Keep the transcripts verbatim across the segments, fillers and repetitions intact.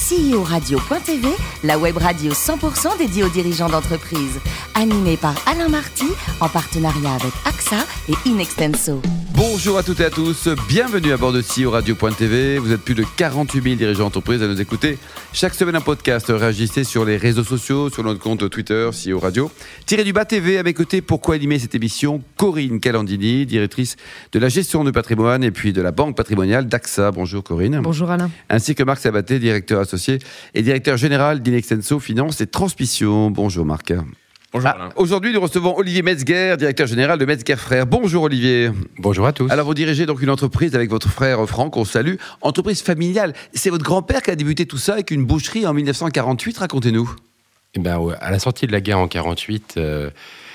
C E O radio point t v, la web radio cent pour cent dédiée aux dirigeants d'entreprise. Animée par Alain Marty, en partenariat avec A X A et Inextenso. Bonjour à toutes et à tous, bienvenue à bord de C E O radio point t v. Vous êtes plus de quarante-huit mille dirigeants d'entreprise à nous écouter. Chaque semaine un podcast, réagissez sur les réseaux sociaux, sur notre compte Twitter, C E O Radio. Tiré du bas T V, à mes côtés, pour co-animer cette émission, Corinne Calandini, directrice de la gestion de patrimoine et puis de la banque patrimoniale d'A X A. Bonjour Corinne. Bonjour Alain. Ainsi que Marc Sabaté, directeur associé et directeur général d'Inextenso Finance et Transmission. Bonjour Marc. Bonjour ah, aujourd'hui, nous recevons Olivier Metzger, directeur général de Metzger Frères. Bonjour Olivier. Bonjour à tous. Alors vous dirigez donc une entreprise avec votre frère Franck, on salue. Entreprise familiale. C'est votre grand-père qui a débuté tout ça avec une boucherie en dix-neuf cent quarante-huit, racontez-nous. Eh ben, à la sortie de la guerre en quarante-huit, euh,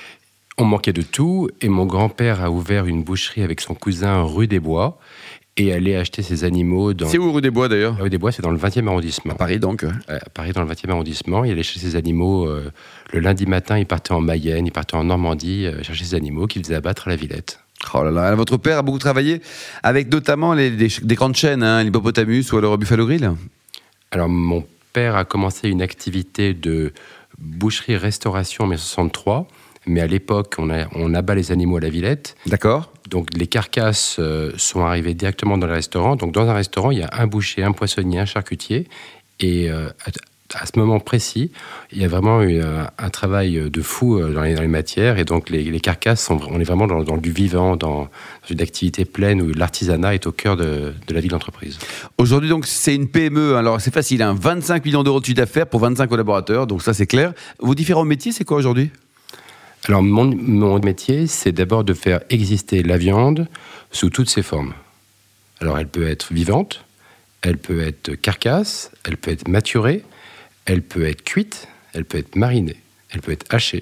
on manquait de tout et mon grand-père a ouvert une boucherie avec son cousin rue des Bois et allait acheter ses animaux dans... C'est où rue des Bois d'ailleurs ? La rue des Bois, c'est dans le vingtième arrondissement. À Paris donc. Euh, à Paris, dans le vingtième arrondissement. Il allait chercher ses animaux. Euh, le lundi matin, il partait en Mayenne, il partait en Normandie, euh, chercher ses animaux qu'il faisait abattre à la Villette. Oh là là, votre père a beaucoup travaillé avec notamment les, des, des grandes chaînes, hein, l'Hippopotamus ou alors Buffalo Grill. Alors, mon père a commencé une activité de boucherie-restauration en dix-neuf cent soixante-trois. Mais à l'époque, on, a, on abat les animaux à la Villette. D'accord. Donc les carcasses euh, sont arrivées directement dans le restaurant. Donc dans un restaurant, il y a un boucher, un poissonnier, un charcutier. Et euh, à, à ce moment précis, il y a vraiment eu un, un travail de fou dans les, dans les matières. Et donc les, les carcasses, sont, on est vraiment dans, dans du vivant, dans, dans une activité pleine où l'artisanat est au cœur de, de la vie de l'entreprise. Aujourd'hui, donc, c'est une P M E. Alors c'est facile, hein, vingt-cinq millions d'euros de chiffre d'affaires pour vingt-cinq collaborateurs. Donc ça, c'est clair. Vos différents métiers, c'est quoi aujourd'hui ? Alors, mon, mon métier, c'est d'abord de faire exister la viande sous toutes ses formes. Alors, elle peut être vivante, elle peut être carcasse, elle peut être maturée, elle peut être cuite, elle peut être marinée, elle peut être hachée,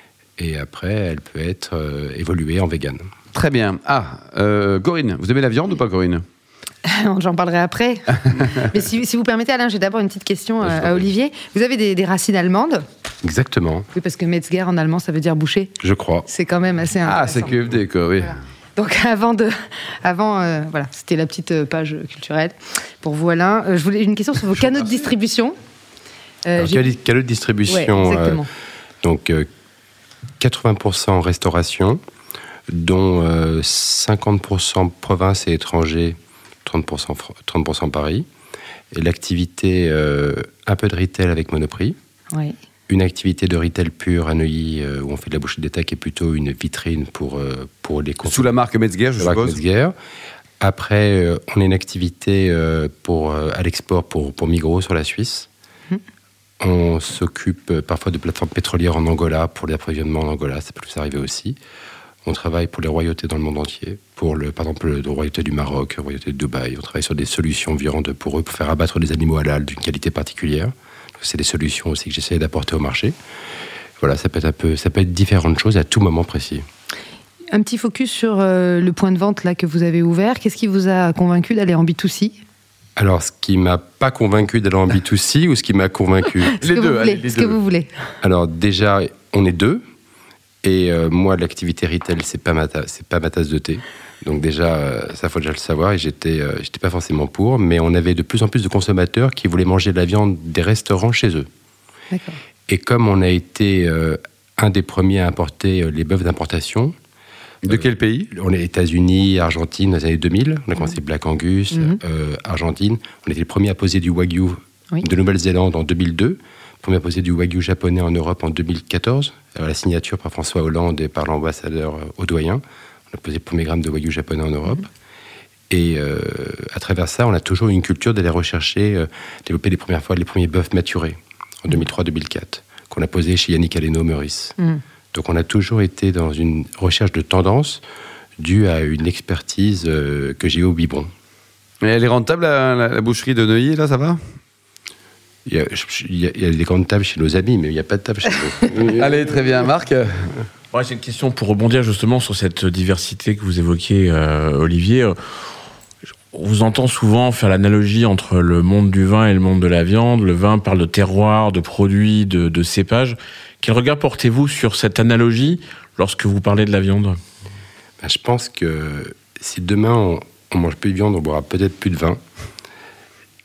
et après, elle peut être euh, évoluée en vegan. Très bien. Ah, euh, Corinne, vous aimez la viande ou pas, Corinne ? J'en parlerai après. Mais si, si vous permettez, Alain, j'ai d'abord une petite question à, à Olivier. Vous avez des, des racines allemandes ? Exactement. Oui, parce que Metzger en allemand, ça veut dire boucher. Je crois. C'est quand même assez intéressant. Ah, c'est Q F D, quoi, oui. Voilà. Donc avant de, avant, euh, voilà, c'était la petite page culturelle pour vous, Alain. Euh, je voulais une question sur vos canaux de distribution. Euh, Alors, j'ai... Canaux de distribution. Ouais, exactement. Euh, donc euh, quatre-vingts pour cent restauration, dont euh, cinquante pour cent province et étrangers. trente pour cent, trente pour cent Paris, et l'activité, euh, un peu de retail avec Monoprix, oui. Une activité de retail pur à Neuilly, euh, où on fait de la boucherie d'État, qui est plutôt une vitrine pour, euh, pour les consommateurs. Sous la marque Metzger, je la suppose. Marque Metzger. Après, euh, on a une activité euh, pour, euh, à l'export pour, pour Migros sur la Suisse. Mmh. On s'occupe euh, parfois de plateformes pétrolières en Angola, pour l'approvisionnement en Angola, ça peut nous arriver aussi. On travaille pour les royautés dans le monde entier, pour le, par exemple le royauté du Maroc, la royauté de Dubaï. On travaille sur des solutions viandes pour eux, pour faire abattre des animaux halal d'une qualité particulière. C'est des solutions aussi que j'essaie d'apporter au marché. Voilà, ça peut être un peu, ça peut être différentes choses à tout moment précis. Un petit focus sur euh, le point de vente là que vous avez ouvert. Qu'est-ce qui vous a convaincu d'aller en B deux C ? Alors, ce qui m'a pas convaincu d'aller en B deux C ou ce qui m'a convaincu les deux, allez, les ce deux. Que vous voulez. Alors déjà, on est deux. Et euh, moi, l'activité retail, c'est pas ma ta- c'est pas ma tasse de thé. Donc déjà, euh, ça faut déjà le savoir. Et j'étais, euh, j'étais pas forcément pour, mais on avait de plus en plus de consommateurs qui voulaient manger de la viande des restaurants chez eux. D'accord. Et comme on a été euh, un des premiers à importer euh, les bœufs d'importation. De euh, quel pays ? On est États-Unis, Argentine, dans les années deux mille. On a commencé mmh. Black Angus, mmh. euh, Argentine. On était les premiers à poser du Wagyu oui. de Nouvelle-Zélande en deux mille deux. Premier à poser du Wagyu japonais en Europe en deux mille quatorze, à la signature par François Hollande et par l'ambassadeur Audoyen. On a posé le premier gramme de Wagyu japonais en Europe. Mmh. Et euh, à travers ça, on a toujours eu une culture d'aller rechercher, euh, développer les premières fois les premiers bœufs maturés, en deux mille trois deux mille quatre, qu'on a posé chez Yannick Aleno Meurice. Mmh. Donc on a toujours été dans une recherche de tendance due à une expertise euh, que j'ai eu au biberon. Et elle est rentable, la, la, la boucherie de Neuilly, là, ça va ? Il y, a, il, y a, il y a des grandes tables chez nos amis, mais il n'y a pas de table chez nous. Allez, très bien. Marc ? Ouais, c'est une question pour rebondir justement sur cette diversité que vous évoquiez, euh, Olivier. On vous entend souvent faire l'analogie entre le monde du vin et le monde de la viande. Le vin parle de terroir, de produits, de, de cépages. Quel regard portez-vous sur cette analogie lorsque vous parlez de la viande ? Ben, je pense que si demain on, on mange plus de viande, on boira peut-être plus de vin.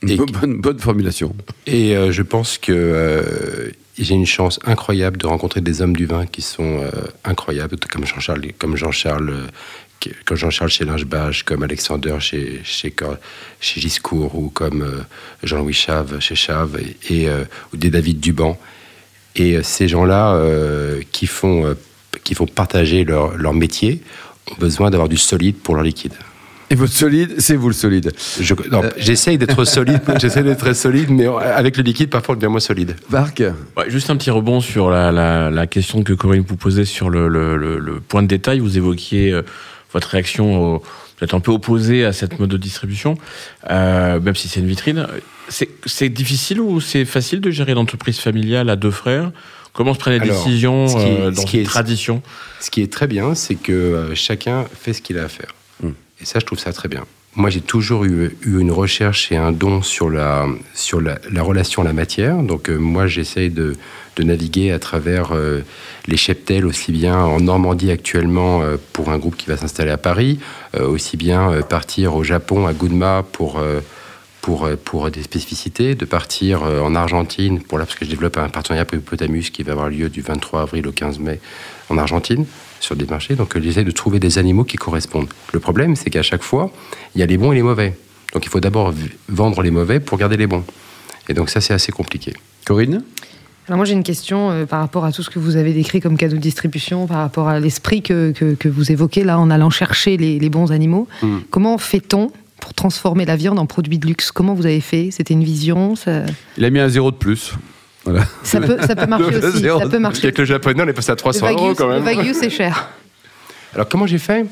Et bonne, bonne formulation. Et euh, je pense que euh, j'ai une chance incroyable de rencontrer des hommes du vin qui sont euh, incroyables, comme Jean-Charles, comme Jean-Charles, euh, comme Jean-Charles chez Lingebage, comme Alexander chez, chez, chez Giscourt, ou comme euh, Jean-Louis Chave chez Chave, et, et, euh, ou des David Duban. Et euh, ces gens-là euh, qui, font, euh, qui font partager leur, leur métier ont besoin d'avoir du solide pour leur liquide. Et votre solide, c'est vous le solide. Je, non, euh... J'essaye d'être solide, j'essaie d'être très solide, mais avec le liquide, parfois, on devient moins solide. Marc, ouais, juste un petit rebond sur la, la, la question que Corinne vous posait sur le, le, le, le point de détail. Vous évoquiez euh, votre réaction au, peut-être un peu opposée à cette mode de distribution, euh, même si c'est une vitrine. C'est, c'est difficile ou c'est facile de gérer l'entreprise familiale à deux frères ? Comment se prennent les Alors, décisions ce qui est, euh, dans cette tradition ? Ce qui est très bien, c'est que euh, chacun fait ce qu'il a à faire. Hum. Et ça, je trouve ça très bien. Moi, j'ai toujours eu, eu une recherche et un don sur la, sur la, la relation à la matière. Donc, euh, moi, j'essaye de, de naviguer à travers euh, les cheptels, aussi bien en Normandie actuellement euh, pour un groupe qui va s'installer à Paris, euh, aussi bien euh, partir au Japon, à Gunma, pour, euh, pour, euh, pour des spécificités, de partir euh, en Argentine, pour là, parce que je développe un partenariat avec Hippopotamus qui va avoir lieu du vingt-trois avril au quinze mai en Argentine, sur des marchés, donc j'essaie de trouver des animaux qui correspondent. Le problème, c'est qu'à chaque fois, il y a les bons et les mauvais. Donc il faut d'abord vendre les mauvais pour garder les bons. Et donc ça, c'est assez compliqué. Corinne ? Alors moi, j'ai une question euh, par rapport à tout ce que vous avez décrit comme cadeau de distribution, par rapport à l'esprit que, que, que vous évoquez là, en allant chercher les, les bons animaux. Mmh. Comment fait-on pour transformer la viande en produit de luxe ? Comment vous avez fait ? C'était une vision ça... Il a mis un zéro de plus. Voilà. Ça, peut, ça peut marcher aussi. Ça peut marcher. Avec le japonais, on est passé à trois cents euros quand même. Le Wagyu, c'est cher. Alors, comment j'ai fait ? ouais.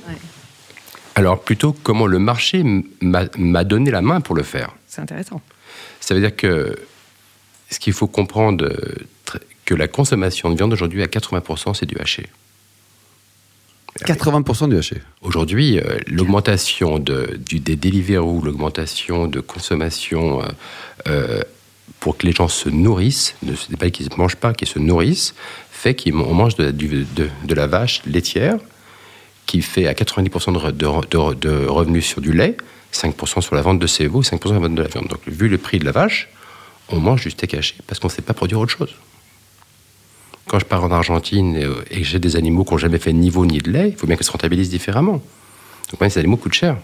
Alors, plutôt, comment le marché m'a, m'a donné la main pour le faire. C'est intéressant. Ça veut dire que ce qu'il faut comprendre, que la consommation de viande aujourd'hui, à quatre-vingts pour cent, c'est du haché. quatre-vingts pour cent du haché. Aujourd'hui, euh, l'augmentation de, du, des Deliveroo, l'augmentation de consommation... Euh, euh, pour que les gens se nourrissent, ne c'est pas qu'ils ne mangent pas, qu'ils se nourrissent, fait qu'on mange de, de, de, de la vache laitière, qui fait à quatre-vingt-dix pour cent de, de, de, de revenus sur du lait, cinq pour cent sur la vente de C E O, cinq pour cent sur la vente de la viande. Donc, vu le prix de la vache, on mange du steak haché parce qu'on ne sait pas produire autre chose. Quand je pars en Argentine et, et que j'ai des animaux qui n'ont jamais fait ni veau ni de lait, il faut bien qu'ils se rentabilisent différemment. Donc, même ces animaux coûtent cher.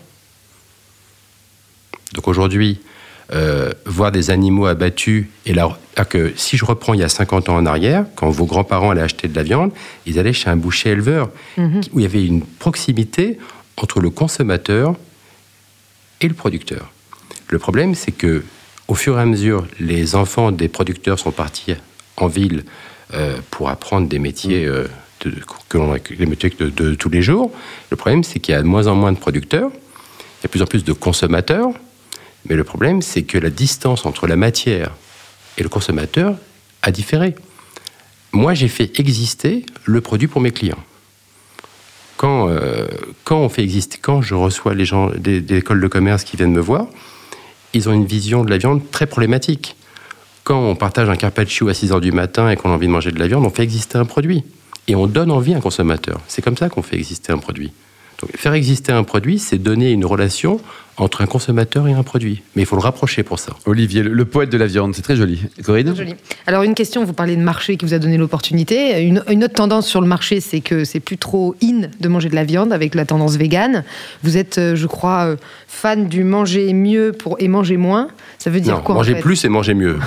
Donc, aujourd'hui, Euh, voir des animaux abattus, et là, que si je reprends il y a cinquante ans en arrière, quand vos grands-parents allaient acheter de la viande, ils allaient chez un boucher éleveur, mmh. où il y avait une proximité entre le consommateur et le producteur. Le problème, c'est que au fur et à mesure, les enfants des producteurs sont partis en ville euh, pour apprendre des métiers, euh, de, que l'on, les métiers de, de, de tous les jours. Le problème, c'est qu'il y a de moins en moins de producteurs, il y a de plus en plus de consommateurs. Mais le problème, c'est que la distance entre la matière et le consommateur a différé. Moi, j'ai fait exister le produit pour mes clients. Quand, euh, quand on fait exister, quand je reçois les gens des, des écoles de commerce qui viennent me voir, ils ont une vision de la viande très problématique. Quand on partage un carpaccio à six heures du matin et qu'on a envie de manger de la viande, on fait exister un produit. Et on donne envie à un consommateur. C'est comme ça qu'on fait exister un produit. Donc, faire exister un produit, c'est donner une relation entre un consommateur et un produit. Mais il faut le rapprocher pour ça. Olivier, le, le poète de la viande, c'est très joli. Corinne ? Très joli. Alors, une question, vous parlez de marché qui vous a donné l'opportunité. Une, une autre tendance sur le marché, c'est que c'est plus trop in de manger de la viande avec la tendance végane. Vous êtes, je crois, fan du manger mieux pour, et manger moins. Ça veut dire non, quoi manger en fait plus et manger mieux.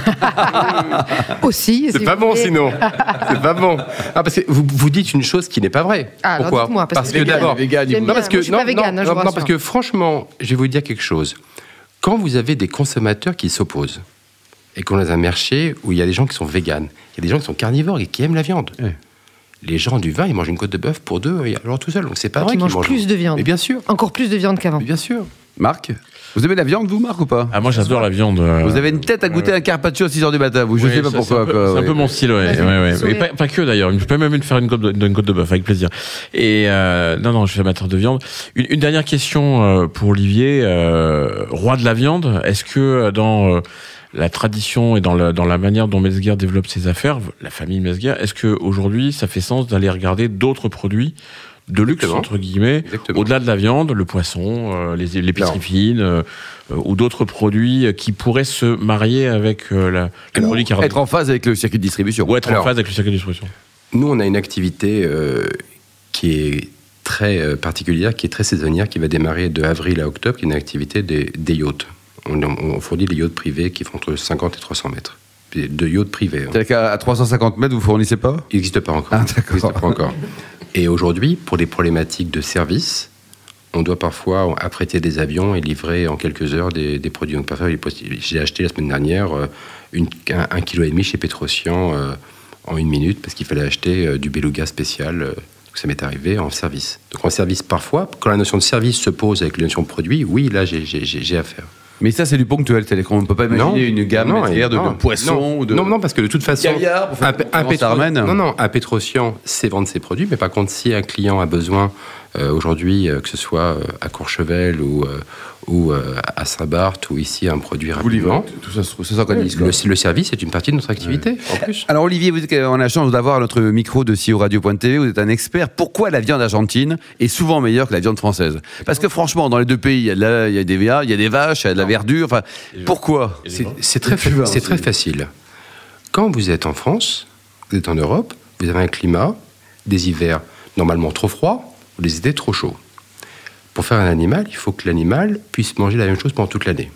Aussi. C'est si pas bon voulez. sinon. C'est pas bon. Ah, parce que vous, vous dites une chose qui n'est pas vraie. Ah, alors Pourquoi dites-moi, parce, parce que, que vegan, d'abord, vegan, j'aime non, bien. parce que Moi, je suis non, pas vegan, non, hein, je vous non, rassure. parce que franchement, je vais vous dire quelque chose. Quand vous avez des consommateurs qui s'opposent et qu'on est dans un marché où il y a des gens qui sont véganes, il y a des gens qui sont carnivores et qui aiment la viande. Ouais. Les gens du vin, ils mangent une côte de bœuf pour deux, et alors tout seul. Donc c'est pas Donc vrai ils qu'ils mangent mangent plus de viande. Mais bien sûr. Encore plus de viande qu'avant. Mais bien sûr. Marc ? Vous aimez la viande, vous, Marc, ou pas ? Ah, moi, j'adore la viande. Euh... Vous avez une tête à goûter ouais. un carpaccio à six heures du matin, vous, je Oui, sais pas ça, pourquoi. C'est un peu, quoi, c'est ouais. un peu mon style, ouais. Vas-y, ouais, ouais. sourire. Et pas, pas que d'ailleurs, je peux même me faire une côte de, une côte de bœuf avec plaisir. Et euh, non, non, je suis amateur de viande. Une, une dernière question euh, pour Olivier, euh, roi de la viande. Est-ce que dans euh, la tradition et dans la, dans la manière dont Mezger développe ses affaires, la famille Mezger, est-ce que aujourd'hui ça fait sens d'aller regarder d'autres produits de luxe, Exactement. entre guillemets, Exactement. au-delà de la viande, le poisson, euh, les l'épicerie fine, euh, euh, ou d'autres produits qui pourraient se marier avec euh, la, le produit qui Être en phase avec le circuit de distribution. ou être Alors, en phase avec le circuit de distribution. Nous, on a une activité euh, qui est très euh, particulière, qui est très saisonnière, qui va démarrer de avril à octobre, qui est une activité des, des yachts. On, on fournit des yachts privés qui font entre cinquante et trois cents mètres. De yachts privés. Hein. C'est-à-dire qu'à trois cent cinquante mètres, vous fournissez pas ? Il n'existe pas encore. Ah, Il d'accord. n'existe pas encore. Et aujourd'hui, pour des problématiques de service, on doit parfois affréter des avions et livrer en quelques heures des, des produits. Donc, parfois, j'ai acheté la semaine dernière euh, une, un, un kilo et demi chez Petrosian euh, en une minute parce qu'il fallait acheter euh, du beluga spécial. Euh, donc ça m'est arrivé en service. Donc en service, parfois, quand la notion de service se pose avec la notion de produit, oui, là, j'ai, j'ai, j'ai affaire. Mais ça, c'est du ponctuel. C'est-à-dire qu'on ne peut pas imaginer Non, une gamme non, entière de, non, de poissons non, ou de... non, non, parce que de toute façon, caviar, pour faire un, une un, concurrence Pétro- à Armen. non, non, un Petrosian sait vendre ses produits, mais par contre, si un client a besoin euh, aujourd'hui, euh, que ce soit euh, à Courchevel ou, euh, ou euh, à Saint-Barth ou ici un produit Vous livrez, rapidement, tout ça, se- ça s'organise. quoi. le, le service est une partie de notre activité, en plus. Alors Olivier, vous êtes, on a la chance d'avoir notre micro de C I O Radio point T V, vous êtes un expert. Pourquoi la viande argentine est souvent meilleure que la viande française ? Parce que franchement, dans les deux pays, il y a, de la- il y a des V A, il y a des vaches, il y a de la verdure. Enfin, pourquoi ? C'est, c'est très, fa- vin, c'est c'est- très facile. Quand vous êtes en France, vous êtes en Europe, vous avez un climat, des hivers normalement trop froids ou des étés trop chauds. Pour faire un animal, il faut que l'animal puisse manger la même chose pendant toute l'année.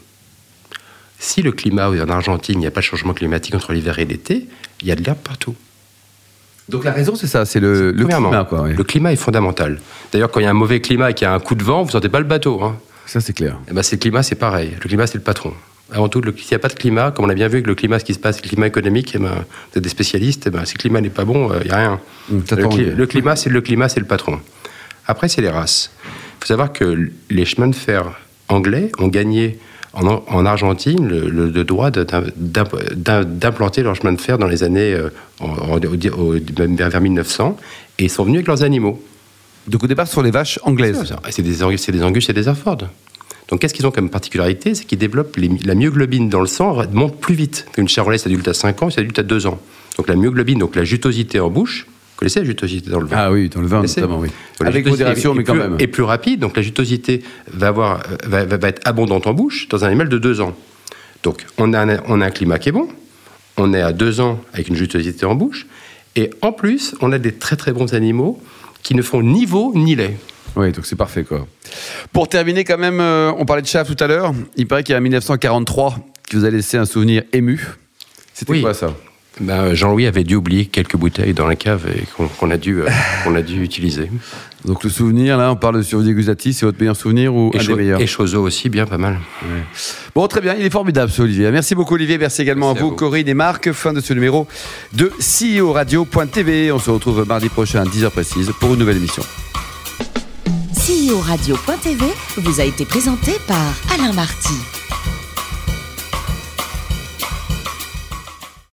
Si le climat, en Argentine, il n'y a pas de changement climatique entre l'hiver et l'été, il y a de l'herbe partout. Donc la raison, c'est ça, c'est le, le Premièrement, climat. Quoi, ouais. le climat est fondamental. D'ailleurs, quand il y a un mauvais climat et qu'il y a un coup de vent, vous ne sentez pas le bateau. Hein. Ça, c'est clair. Eh ben, c'est le climat, c'est pareil. Le climat, c'est le patron. Avant tout, le- s'il n'y a pas de climat, comme on a bien vu avec le climat, ce qui se passe, le climat économique, eh ben, vous êtes des spécialistes, eh ben, si le climat n'est pas bon, il n'y a rien. Hum, Le, t'attends, cli- oui. le climat, c'est le climat, c'est le patron. Après, c'est les races. Il faut savoir que les chemins de fer anglais ont gagné en, en Argentine le, le- le droit de- d'im- d'im- d'implanter leur chemin de fer dans les années euh, en- en- au- au- vers mille neuf cents, et ils sont venus avec leurs animaux. Donc au départ, ce sont les vaches anglaises. C'est des, Angus- c'est des Angus et des Hereford. Donc qu'est-ce qu'ils ont comme particularité ? C'est qu'ils développent les- la myoglobine dans le sang monte plus vite qu'une charolais adulte à cinq ans, c'est adulte à deux ans. Donc la myoglobine, donc la jutosité en bouche, vous connaissez la jutosité dans le vin ? Ah oui, dans le vin Vous connaissez ? notamment, oui. Donc, la Avec jutosité modération, est mais quand plus- même. est plus rapide, donc la jutosité va, avoir, va, va- va être abondante en bouche dans un animal de deux ans. Donc on a, un, on a un climat qui est bon, on est à deux ans avec une jutosité en bouche, et en plus, on a des très très bons animaux qui ne font ni veau ni lait. Oui, donc c'est parfait, quoi. Pour terminer, quand même, euh, on parlait de Chave tout à l'heure. Il paraît qu'il y a mille neuf cent quarante-trois qui vous a laissé un souvenir ému. C'était Oui. quoi ça ? Ben, Jean-Louis avait dû oublier quelques bouteilles dans la cave et qu'on, qu'on a dû, euh, qu'on a dû utiliser. Donc le souvenir, là, on parle de Survie Guzati, c'est votre meilleur souvenir ou Et, un Cho- des meilleurs ? et Chozot aussi, bien pas mal. Bon, très bien, il est formidable ce Olivier. Merci beaucoup Olivier, merci également Merci à vous, à vous. Corinne et Marc. Fin de ce numéro de C I O Radio point T V. On se retrouve mardi prochain à dix heures précise pour une nouvelle émission. C I O Radio point T V vous a été présenté par Alain Marty.